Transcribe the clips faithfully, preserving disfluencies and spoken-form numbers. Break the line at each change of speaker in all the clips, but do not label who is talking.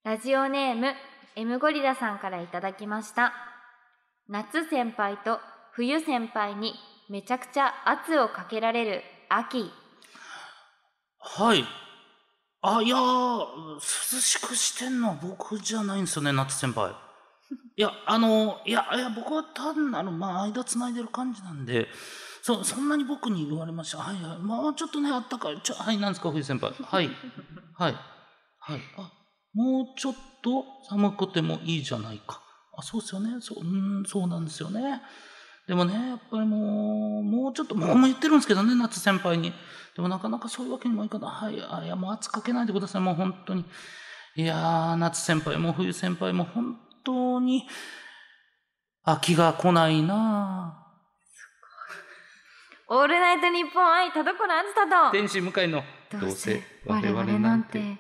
ラジオネーム M ゴリラさんからいただきました。夏先輩と冬先輩にめちゃくちゃ圧をかけられる秋。
はい。あ、いやー、涼しくしてんのは僕じゃないんですよね、夏先輩。いや、あの、いや、いや、僕は単なる、まあ、間つないでる感じなんで、そ、そんなに僕に言われました。はいはい、もうちょっとね、あったかい。ちょ、はい、なんですか、冬先輩。はい、はい、はい。あ、もうちょっと寒くてもいいじゃないか。あ、そうですよね。そう、うん、そうなんですよね。でもね、やっぱりもう、もうちょっと、もうも言ってるんですけどね、夏先輩に。でもなかなかそういうわけにもいかない。はい、あ、いや、もう圧かけないでください、もう本当に。いやー、夏先輩も冬先輩も本当に、秋が来ないなぁ。
オールナイトニッポン愛田所あずさと
天使向かいの
どうせ我々なんて。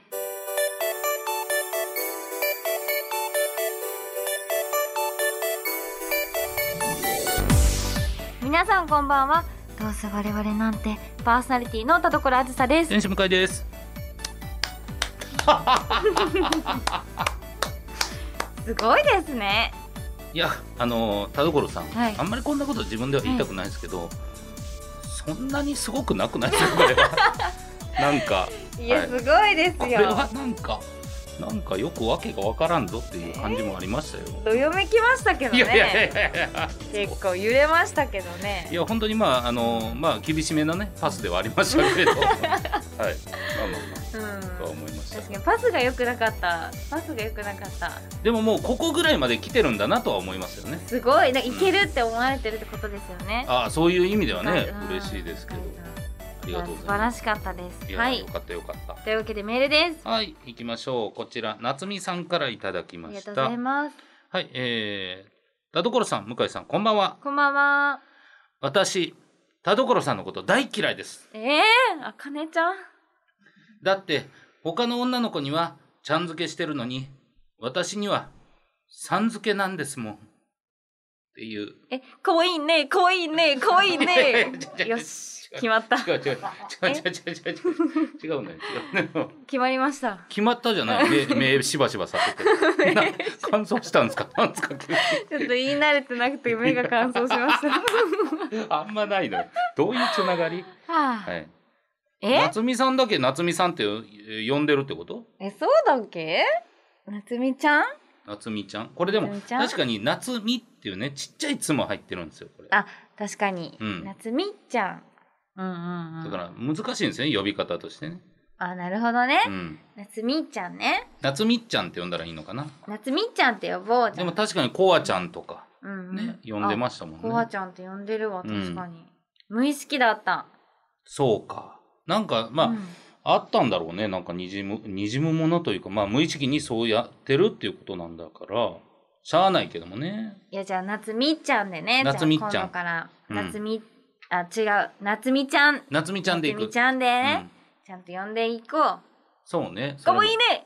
皆さんこんばんは。どうせ我々なんてパーソナリティの田所あずさです。
天使向かいです。
すごいですね。
いや、あの田所さん、
はい、
あんまりこんなこと自分では言いたくないですけど、はい、そんなにすごくなくないですかこれは。なんか
いや、はい、すごいですよ。
これはなんかなんかよくわけがわからんぞっていう感じもありましたよ。
どよめきましたけどね。
いやいやいやいや
結構揺れましたけどね。
いや本当にまああのまあ厳しめなねパスではありましたけど、はい、まあまあまあ、うん、とは思いました。
確かにパスが良くなかった。パスが良くなかった。
でももうここぐらいまで来てるんだなとは思いますよね。
すごい、なんかいけるって思われてるってことですよね。
うん、ああ、そういう意味ではね、
うん、
嬉しいですけど。ありがとうございます。
素晴らしかったです。
いや、はい、よかったよかった。
というわけでメールです。
はい、行きましょう。こちら夏美さんからいただきました。
ありがとうございます。
はい、えー、田所さん、向井さん、こんばんは。
こんばんは。
私、田所さんのこと大嫌いです。
ええー、あかねちゃん。
だって他の女の子にはちゃん付けしてるのに、私にはさん付けなんですもん。っていう。
え、可愛いね、可愛いね、可愛いね。よし、決まった。
違う違う違う違う違う違う違うね違うね。
決まりました。
決まったじゃない。目目しばしばさせて。乾燥したんですか。なんですか。
ちょっと言い慣れてなくて目が乾燥しました。
あんまないのよ。どういうつながり？
はあ、はい。え？
夏美さんだけ夏美さんって呼んでるってこと？
え、そうだっけ？夏美ちゃん？
夏美ちゃん。これでも確かに夏美っていうねちっちゃい「つ」も入ってるんですよこれ。
あ、確かに。
うん、
夏美ちゃん。うんうんうん。
だから難しいんですよね呼び方としてね。
あ、なるほどね。
うん、
夏美ちゃんね。
夏美ちゃんって呼んだらいいのかな。
夏美ちゃんって呼ぼうじゃん。
でも確かにコアちゃんとか、
うんうん、
ね呼んでましたもんね。
コアちゃんって呼んでるわ確かに、うん、無意識だった。
そうか。なんかまあ、うん、あったんだろうね。なんかにじむにじむものというか、まあ無意識にそうやってるっていうことなんだからしゃあないけどもね。
いや、じゃあ夏美ちゃんでね。
夏美ちゃん。
今度から夏美、うん、あ、違う、夏美ちゃん。
夏美ちゃんでいく。
夏美ちゃんでね、うん、ちゃんと呼んでいこう。
そうね。
かわいいね。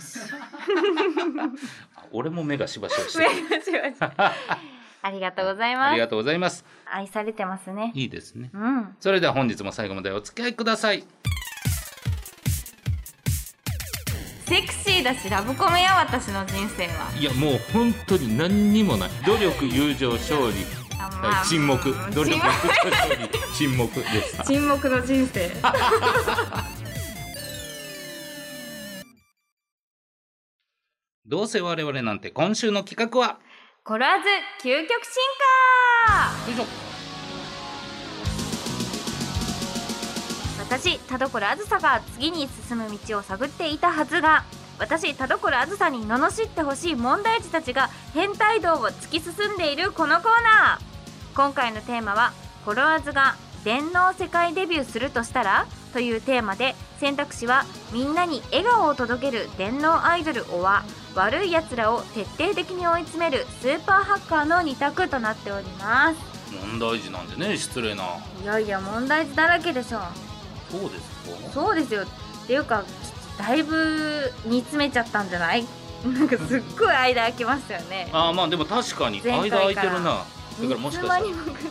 俺も目がしばしばしてる。
目がしばしば。ありがとうございます。
ありがとうございます。
愛されてますね。
いいですね。
うん。
それでは本日も最後までお付き合いください。
セクシーだしラブコメや私の人生は。
いやもう本当に何にもない。努力、友情、勝利、まあ、沈黙。努力、友情、勝利、沈黙です。
沈黙の人生。
どうせ我々なんて。今週の企画は
コラーズ究極進化。
よいしょ。
私田所あずさが次に進む道を探っていたはずが、私田所あずさに罵ってほしい問題児たちが変態道を突き進んでいるこのコーナー。今回のテーマはコロワーズが電脳世界デビューするとしたらというテーマで、選択肢はみんなに笑顔を届ける電脳アイドルおは悪いやつらを徹底的に追い詰めるスーパーハッカーのに択となっております。
問題児なんでね、失礼な。
いやいや問題児だらけでしょ。
そうですか。
そうですよ。っていうかだいぶ煮詰めちゃったんじゃない？なんかすっごい間空きましたよね。
ああ、まあでも確かに間空いてるな。だからもしかしたら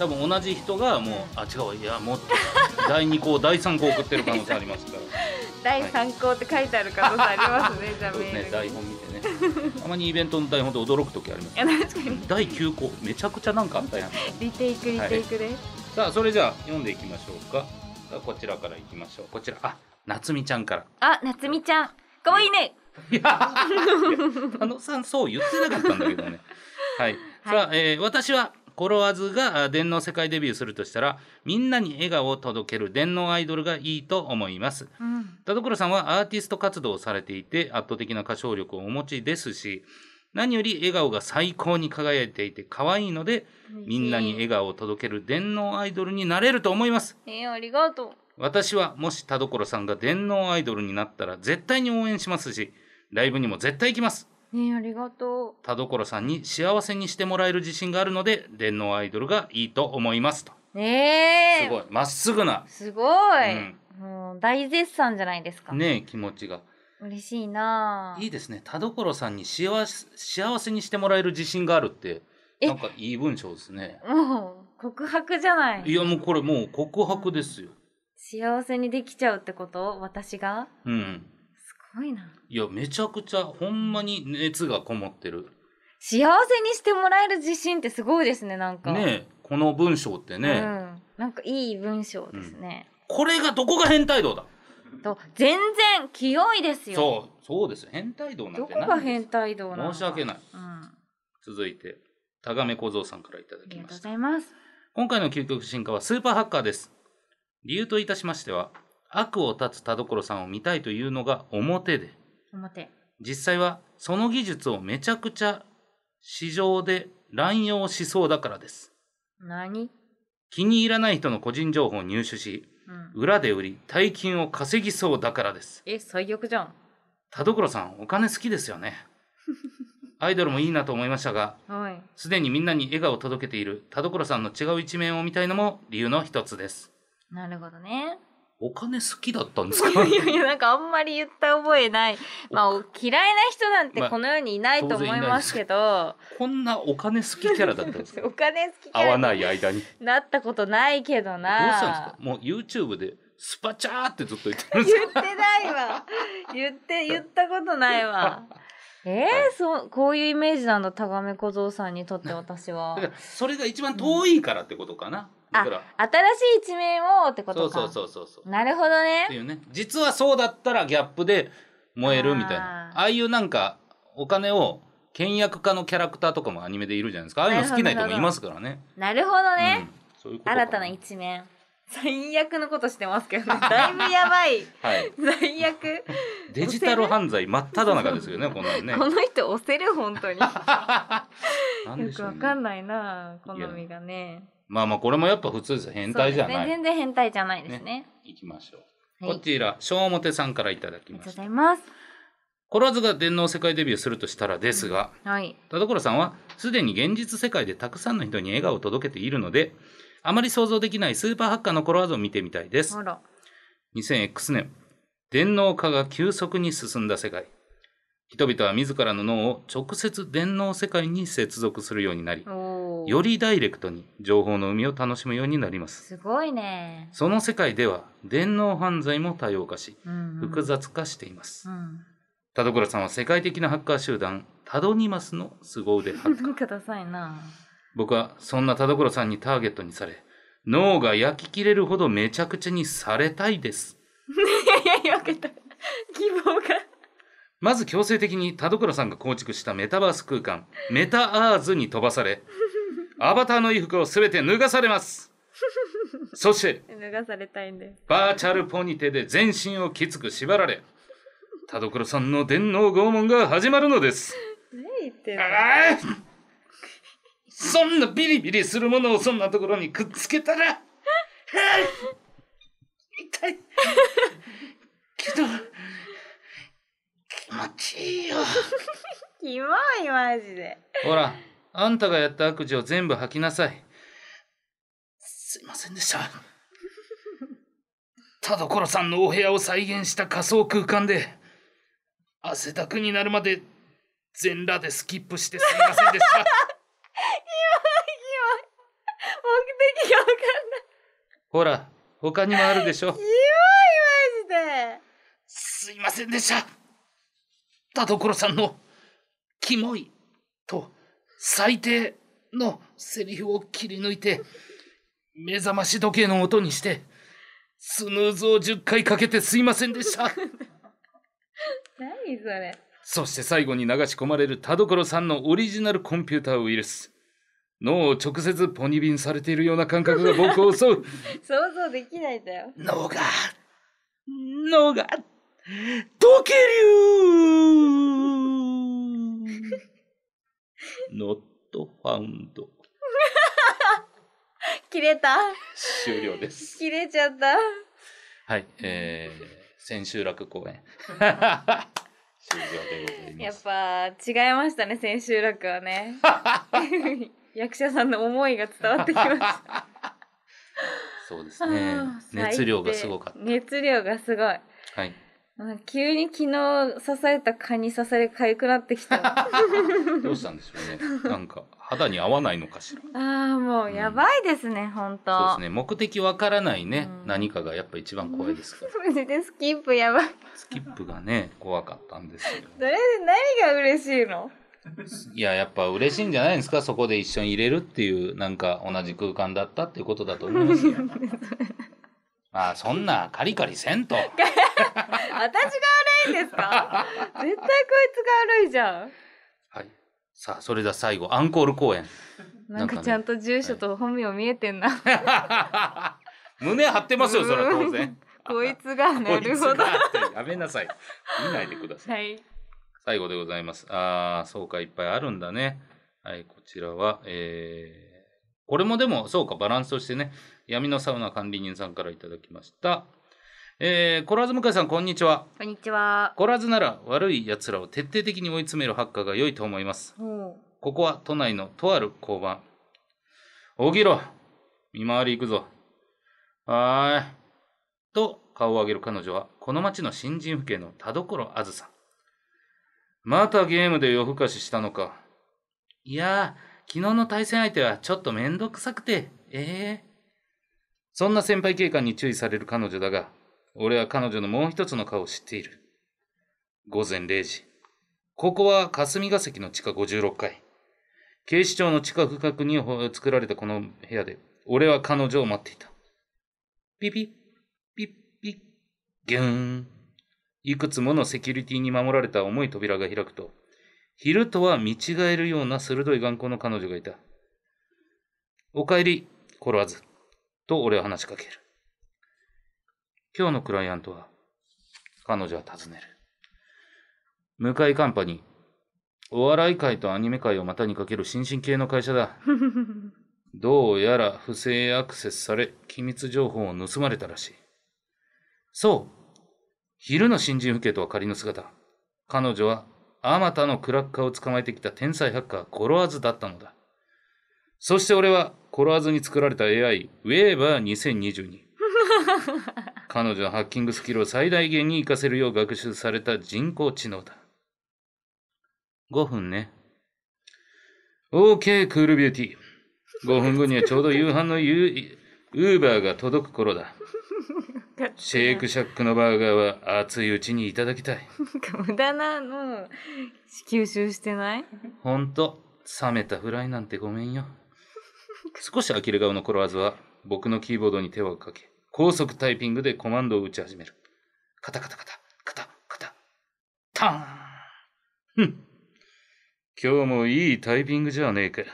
多分同じ人がもう、あ違うわ、いやもっとだいに項だいさん項送ってる可能性ありますから
だいさん項って書いてある可能性ありますね、じゃあメール
ね、
に
台本見てねたまにイベントの台本で驚く時あります、
いや確かに
だいきゅう項めちゃくちゃなんかあったやん
リテイクリテイクで、
さあそれじゃあ読んでいきましょうか。さあこちらからいきましょう。こちら、あ、なつみちゃんから。
あ、なつみちゃんかわいいね。
いやあのさんそう言ってなかったんだけどねはい、はい、さあ、えー、私はコロワズが電脳世界デビューするとしたら、みんなに笑顔を届ける電脳アイドルがいいと思います、うん、田所さんはアーティスト活動をされていて圧倒的な歌唱力をお持ちですし、何より笑顔が最高に輝いていて可愛いので、みんなに笑顔を届ける電脳アイドルになれると思います。
えー、ありがとう。
私はもし田所さんが電脳アイドルになったら絶対に応援しますし、ライブにも絶対行きます。
えー、ありがとう。
田所さんに幸せにしてもらえる自信があるので、電脳アイドルがいいと思いますと。
えー、
すごいまっすぐな、
すごい、うん、もう大絶賛じゃないですか
ね。え気持ちが
嬉しいな。
いいですね。田所さんに幸せ、幸せにしてもらえる自信があるってなんかいい文章ですね。
もう告白じゃない。
いやもうこれもう告白ですよ、うん、
幸せにできちゃうってこと？私が？
うん。
すごいな。
いやめちゃくちゃほんまに熱がこもってる。
幸せにしてもらえる自信ってすごいですね。なんか
ねえこの文章ってね、
うん、なんかいい文章ですね、
うん、これがどこが変態道だ
と全然清いですよ。
そうそうです。変態道なんてないです。
どこが変態道なのか。
申し訳ない、
うん、
続いて田亀小僧さんからいただきました。
ありがとうございます。
今回の究極進化はスーパーハッカーです。理由といたしましては、悪を断つ田所さんを見たいというのが表で、
表
実際はその技術をめちゃくちゃ市場で乱用しそうだからです。
何？
気に入らない人の個人情報を入手し、うん、裏で売り大金を稼ぎそうだからです。
え、最悪じゃん。
田所さんお金好きですよねアイドルもいいなと思いましたが、すでにみんなに笑顔を届けている田所さんの違う一面を見たいのも理由の一つです。
なるほどね。
お金好きだったんですか？
いやいや、なんかあんまり言った覚えない。まあ嫌いな人なんてこの世にいないと思いますけど、まあ、
こんなお金好きキャラだったんですか？
お金好きキャラ
合わない間に
なったことないけどな。
どうしたんですか？もう YouTube でスパチャーってずっと言ってるんですか？
言ってないわ。言って言ったことないわ。えー、はい、そうこういうイメージなんだ。田亀小僧さんにとって私は。
だからそれが一番遠いからってことかな。
うん、あ、新しい一面をってことか。
そうそうそうそう。
なるほどね。
っていうね。実はそうだったらギャップで燃えるみたいな。あ, ああいうなんかお金を倹約家のキャラクターとかもアニメでいるじゃないですか。ああいうの好きな人もいますからね。
なるほどね。
うん、そういうことかな。
新たな一面。最悪のことしてますけどね。だいぶやばい。
はい。
最悪。
デジタル犯罪真っ只中ですよね、こんなのね。
この人押せる本当に。
なんでしょうね、
よくわかんないな、好みがね。
まあまあこれもやっぱ普通ですよ。変態じゃない。
ね、全然変態じゃないですね。ね、
いきましょう。はい、こちら小表さんからいただきました。
ありがとうございます。
コロワズが電脳世界デビューするとしたらですが、うん、はい、田所さんはすでに現実世界でたくさんの人に笑顔を届けているので、あまり想像できないスーパーハッカーのコロワズを見てみたいです。あら。にせんエックス 年、電脳化が急速に進んだ世界。人々は自らの脳を直接電脳世界に接続するようになり、よりダイレクトに情報の海を楽しむようになります。
すごいね。
その世界では電脳犯罪も多様化し、うんうん、複雑化しています。うん、田所さんは世界的なハッカー集団タドニマスの凄腕ハッカー。
くださいな。
僕はそんな田所さんにターゲットにされ、脳が焼き切れるほどめちゃくちゃにされたいです。
いやいや、分かった。希望が。
まず強制的に田所さんが構築したメタバース空間、メタアーズに飛ばされ、アバターの衣服をすべて脱がされます。そして、
脱がされたいんで。
バーチャルポニテで全身をきつく縛られ、田所さんの電脳拷問が始まるのです。
何言ってんの？
そんなビリビリするものをそんなところにくっつけたら、痛いけど気持ちいいよ。
キモいマジで。
ほら、あんたがやった悪事を全部吐きなさい。すいませんでした。田所さんのお部屋を再現した仮想空間で汗だくになるまで全裸でスキップしてすいませんでした。
目的いや、わかんない。
ほら、他にもあるでしょ。
キモい、マジで。
すいませんでした。田所さんのキモいと最低のセリフを切り抜いて、目覚まし時計の音にして、スヌーズをじゅっかいかけてすいませんでした。
何それ。
そして最後に流し込まれる田所さんのオリジナルコンピューターウイルス。脳を直接ポニビンされているような感覚が僕を襲う。
想像できないんだよ。
脳が、脳が、溶けるノットファウンド。
切れた。
終了です。
切れちゃった。
はい、えー、千秋楽公演。終了でございます。
やっぱ違いましたね、千秋楽はね。役者さんの思いが伝わってきました。
そうですね。熱量がすごかった。
熱量がすごい。はい。急に昨日刺された蚊に刺され痒くなってきた。
どうしたんでしょうね。なんか肌に合わないのかしら。
ああ、もうやばいですね、うん、本当。
そうですね。目的わからないね、うん、何かがやっぱ一番怖いですから。
マジでスキップやばい。
スキップがね、怖かったんですよ。
それで何が嬉しいの？
いや、やっぱ嬉しいんじゃないですか。そこで一緒に入れるっていう、なんか同じ空間だったっていうことだと思いますよ。ああ、そんなカリカリせんと。
私が悪いんですか？絶対こいつが悪いじゃん。
はい。さあ、それでは最後、アンコール公演。
なんかちゃんと住所と本名見えてんな。
はい、胸張ってますよ、それは当然。
こいつが、なるほど。
やめなさい。見ないでください。はい。最後でございます。ああ、そうか、いっぱいあるんだね。はい、こちらは、えー、これもでも、そうか、バランスとしてね、闇のサウナ管理人さんからいただきました。えー、コラーズ向井さん、こんにちは。
こんにちは。
コラーズなら悪い奴らを徹底的に追い詰めるハッカーが良いと思います。ここは都内のとある交番。起きろ、見回り行くぞ。はーい。と顔を上げる彼女は、この町の新人父兄の田所あずさ。またゲームで夜更かししたのか。いやー、昨日の対戦相手はちょっとめんどくさくて、ええー。そんな先輩警官に注意される彼女だが、俺は彼女のもう一つの顔を知っている。ごぜんれいじ。ここは霞が関の地下ごじゅうろっかい。警視庁の地下深くに作られたこの部屋で、俺は彼女を待っていた。ピピッ、ピッピッ、ギューン。いくつものセキュリティに守られた重い扉が開くと、昼とは見違えるような鋭い眼光の彼女がいた。おかえり、コロワズ。と俺は話しかける。今日のクライアントは、彼女は尋ねる。向井カンパニー。お笑い界とアニメ界を股にかける新進系の会社だ。どうやら不正アクセスされ、機密情報を盗まれたらしい。そう。昼の新人父兄とは仮の姿。彼女は、あまたのクラッカーを捕まえてきた天才ハッカー、コロワズだったのだ。そして俺は、コロワズに作られた エーアイ、ウェーバーにせんにじゅうに。彼女のハッキングスキルを最大限に活かせるよう学習された人工知能だ。ごふんね。OK、クールビューティー。ごふんごにはちょうど夕飯のユーバーが届く頃だ。シェイクシャックのバーガーは熱いうちにいただきたい。
無駄なの吸収してない？
ほんと、冷めたフライなんてごめんよ。少し呆れ顔のコロワズは僕のキーボードに手をかけ、高速タイピングでコマンドを打ち始める。カタカタカタ、カタカタ、ターン。ふん。今日もいいタイピングじゃねえか。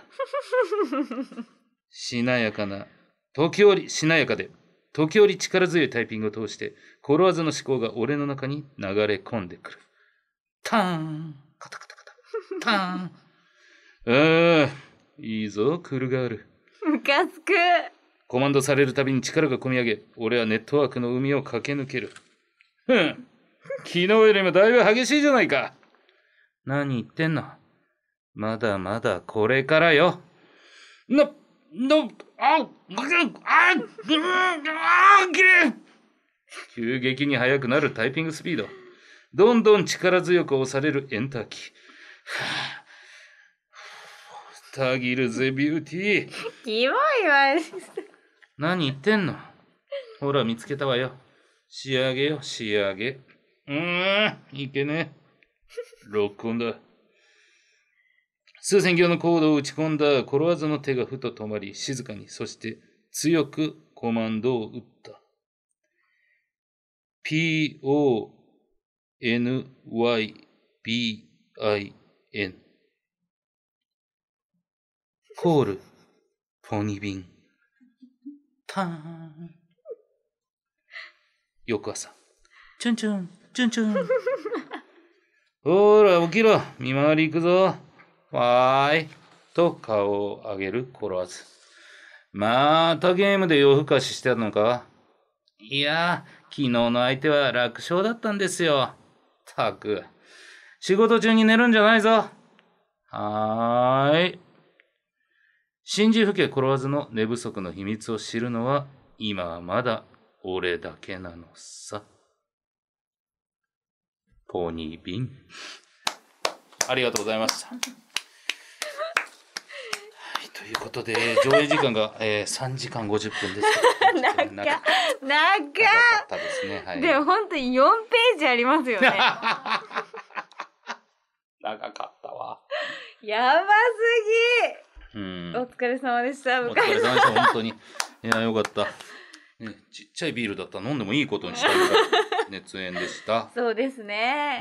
しなやかな、時折しなやかで、時折力強いタイピングを通して、コロワズの思考が俺の中に流れ込んでくる。ターン、カタカタカタ、ターン。ああ、いいぞ、クールガール。
ムカつく。
コマンドされるたびに力が込み上げ、俺はネットワークの海を駆け抜ける。ふん、昨日よりもだいぶ激しいじゃないか。何言ってんの？まだまだこれからよ。な、な、あ、あ、あ、急激に速くなるタイピングスピード。どんどん力強く押されるエンターキー。たぎるぜ、ビューティー。
キモいわ。
何言ってんの。ほら見つけたわよ。仕上げよ、仕上げ。うーん、いけねえ。録音だ。数千行のコードを打ち込んだコロワーズの手がふと止まり、静かに、そして強くコマンドを打った。ピーオーエヌワイビーアイエヌ コール、ポニビン。ターン。翌朝。チュンチュン、チュンチュン。ほら、起きろ。見回り行くぞ。わーい。と顔を上げるコロワーズ。またゲームで夜更かししてたのか？いや、昨日の相手は楽勝だったんですよ。たく。仕事中に寝るんじゃないぞ。はーい。新宿府家コロワーズの寝不足の秘密を知るのは、今はまだ俺だけなのさ。ポニービン。ありがとうございました。はい、ということで、上映時間が、えー、さんじかんごじゅっぷんです。
長っ長っ
かったですね。はい、
でも本当によんページありますよね。
長かったわ。
やばすぎ。うん、お疲れ様でした。
お疲れ様でした。本当に。いや、よかった。ね、ちっちゃいビールだったら飲んでもいいことにしたいぐらい熱演でした。
そうですね。うん。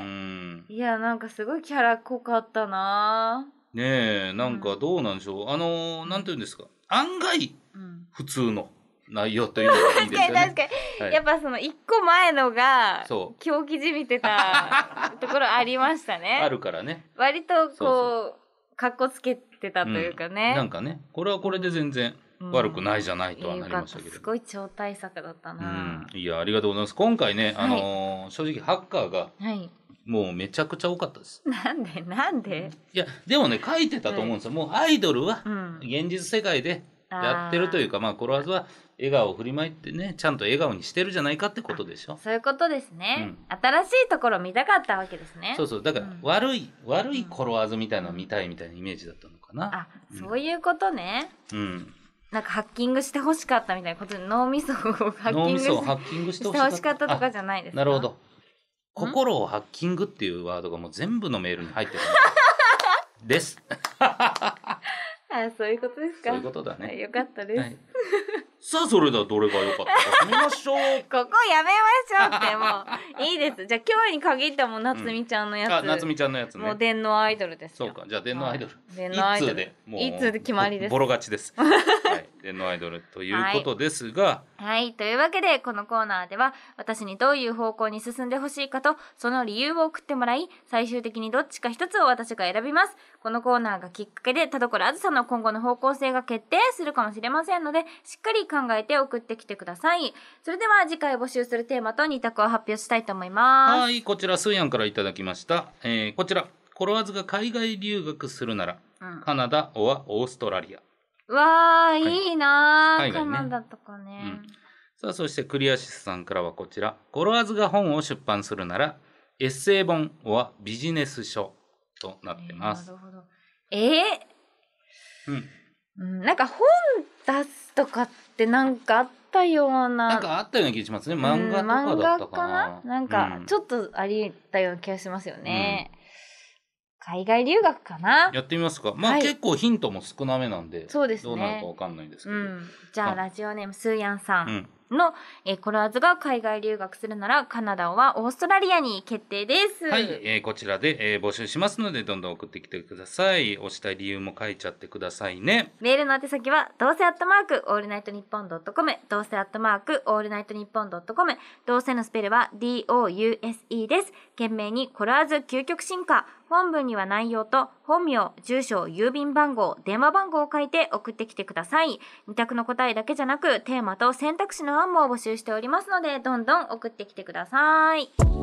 いや、なんかすごいキャラ濃かったな。
ねえ、なんかどうなんでしょう。うん、あの、なんていうんですか。案外、うん、普通の内容というのがいいですよね。
確かに確かに、はい。やっぱその一個前のが狂気じみてたところありましたね。
あるからね。
割とこうかっこつけてたというかね、
うん。なんかね、これはこれで全然悪くないじゃないとはなりましたけど。
うん、すごい超大作だったな。
うん、いや、ありがとうございます。今回ね、あのーはい、正直ハッカーが、はいもうめちゃくちゃ多かったです。
なんでなんで
いやでもね書いてたと思うんですよ、はい、もうアイドルは現実世界でやってるというか、うん、まあコロワーズは笑顔を振りまいてねちゃんと笑顔にしてるじゃないかってことでしょ。
そういうことですね、うん、新しいところ見たかったわけですね。
そうそうだから、うん、悪い悪いコロワーズみたいなのを見たいみたいなイメージだったのかな、
あ、うん、そういうことね。うんなんかハッキングしてほしかったみたいなことで脳みそをハッキング し,
ハッキングして
ほしかったとかじゃないですか。
なるほど。心をハッキングっていうワードがもう全部のメールに入ってるです
あ、そういうことですか。
そういうことだね。
よかったです、はい、
さあそれではどれが良かったか決めましょう
ここやめましょうってもういいです。じゃあ今日に限ったもう夏美ちゃんのやつ、うん、
あ夏美ちゃんのやつね。
もう電脳アイドルですよ。
そうかじゃあ電脳アイドル、はい、
電脳アイドル
いつでもう
いつで決まりです。
ボロ勝ちですはい電脳アイドルということですが、
はい、はい、というわけでこのコーナーでは私にどういう方向に進んでほしいかとその理由を送ってもらい最終的にどっちか一つを私が選びます。このコーナーがきっかけで田所あずさの今後の方向性が決定するかもしれませんのでしっかり考えて送ってきてください。それでは次回募集するテーマとに択を発表したいと思います。
はい、こちらスーヤンからいただきました、えー、こちらコロワーズが海外留学するなら、うん、カナダおはオーストラリア。
わー、はい、いいなー、ね、カナダとかね、うん、
さあそしてクリアシスさんからはこちらコロワーズが本を出版するならエッセイ本はビジネス書となってます。
えー、なるほど。えーうん、なんか本出すとかってなんかあったような
なんかあったような気がしますね。漫画とかだったかな、
うん、なんかちょっとありったような気がしますよね、うん海外留学かな。
やってみますか。まあ、はい、結構ヒントも少なめなんで
そうですね、
どうなるかわかんないんですけど、うん、
じゃあラジオネームスーヤンさんの、うんえー、コロワーズが海外留学するならカナダはオーストラリアに決定です。
はい、えー、こちらで、えー、募集しますのでどんどん送ってきてください。押したい理由も書いちゃってくださいね。
メールの宛先はどうせアットマークオールナイトニッポンドットコムどうせアットマークオールナイトニッポンドットコムどうせのスペルは ディーオーユーエスイー です。懸命にコロワーズ究極進化本文には内容と本名、住所、郵便番号、電話番号を書いて送ってきてください。二択の答えだけじゃなくテーマと選択肢の案も募集しておりますのでどんどん送ってきてください。オー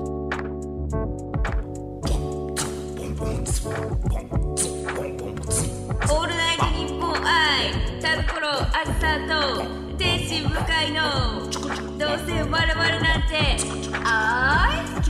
ルナイトニッポン愛田所あずさと天使向かいのどうせ我々なんてあーい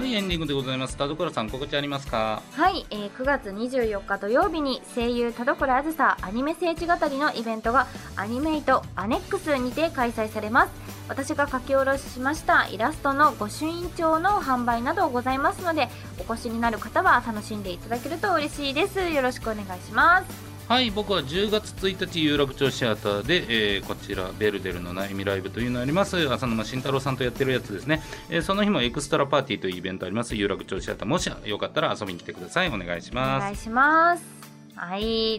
い、エンディングでございます。田所さん、告知ありますか？
はい、えー、くがつにじゅうよっか土曜日に声優田所あずさアニメ聖地語りのイベントがアニメイトアネックスにて開催されます。私が書き下ろしましたイラストの御朱印帳の販売などございますので、お越しになる方は楽しんでいただけると嬉しいです。よろしくお願いします。
はい、僕はじゅうがつついたち有楽町シアターで、えー、こちらベルデルの悩みライブというのあります。浅沼慎太郎さんとやってるやつですね、えー、その日もエクストラパーティーというイベントあります。有楽町シアター、もしよかったら遊びに来てください。お願いします。
お願いします。はい、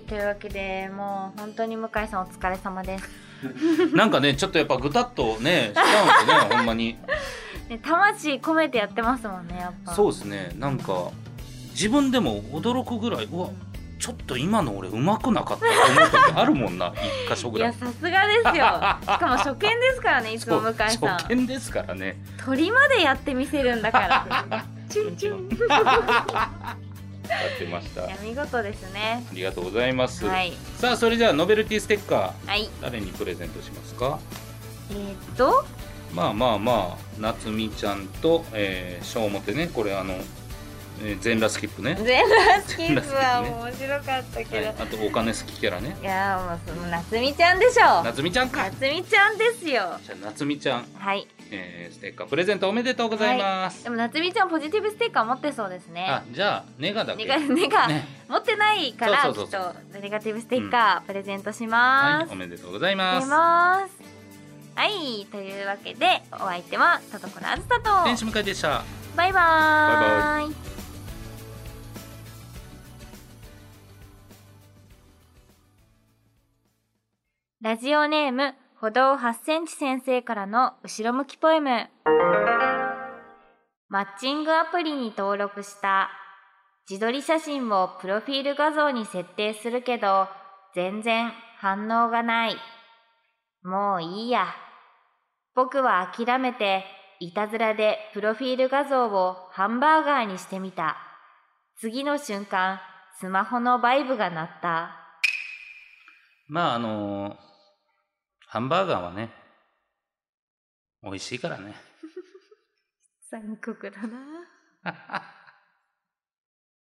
というわけでもう本当に向井さんお疲れ様です
なんかね、ちょっとやっぱぐたっとねしちゃうんですねほんまに
ね、魂込めてやってますもんね、やっぱ。
そうですね、なんか自分でも驚くぐらい、うわちょっと今の俺うまくなかったと思う時あるもんな一箇所ぐらい。
いや、さすがですよ。しかも初見ですからね、いつも向井さん。
初見ですからね。
鳥までやってみせるんだからチュンチュン
やってました。
いや、見事ですね。
ありがとうございます、
はい、
さあ、それじゃあノベルティステッカー、
はい、
誰にプレゼントしますか？
えー、っと
まあまあまあ、夏美ちゃんと、えー、小表ね、これあのえー、全裸スキップね。
全裸スキップは面白かったけど、はい、
あとお金好きキャラね。
いやもうその夏美ちゃんでしょ。
夏美ちゃんか。
夏美ちゃんですよ。
じゃあ夏美ちゃん、
はい、
えー、ステッカープレゼントおめでとうございます、はい、
でも夏美ちゃんポジティブステッカー持ってそうですね。
あ、じゃあネガだけ
ネガ、ネガ、ね、持ってないから
そうそうそうそう、
きっとネガティブステッカー、うん、プレゼントします、
はい、おめでとうございます。
はい、というわけでお相手は田所あずさと
天使向井でした。
バイバーイ。バイバイ。ラジオネーム歩道はちセンチ先生からの後ろ向きポエム。マッチングアプリに登録した自撮り写真をプロフィール画像に設定するけど全然反応がない。もういいや。僕は諦めていたずらでプロフィール画像をハンバーガーにしてみた。次の瞬間スマホのバイブが鳴った。
まああのー、ハンバーガーはね美味しいからね
残酷だな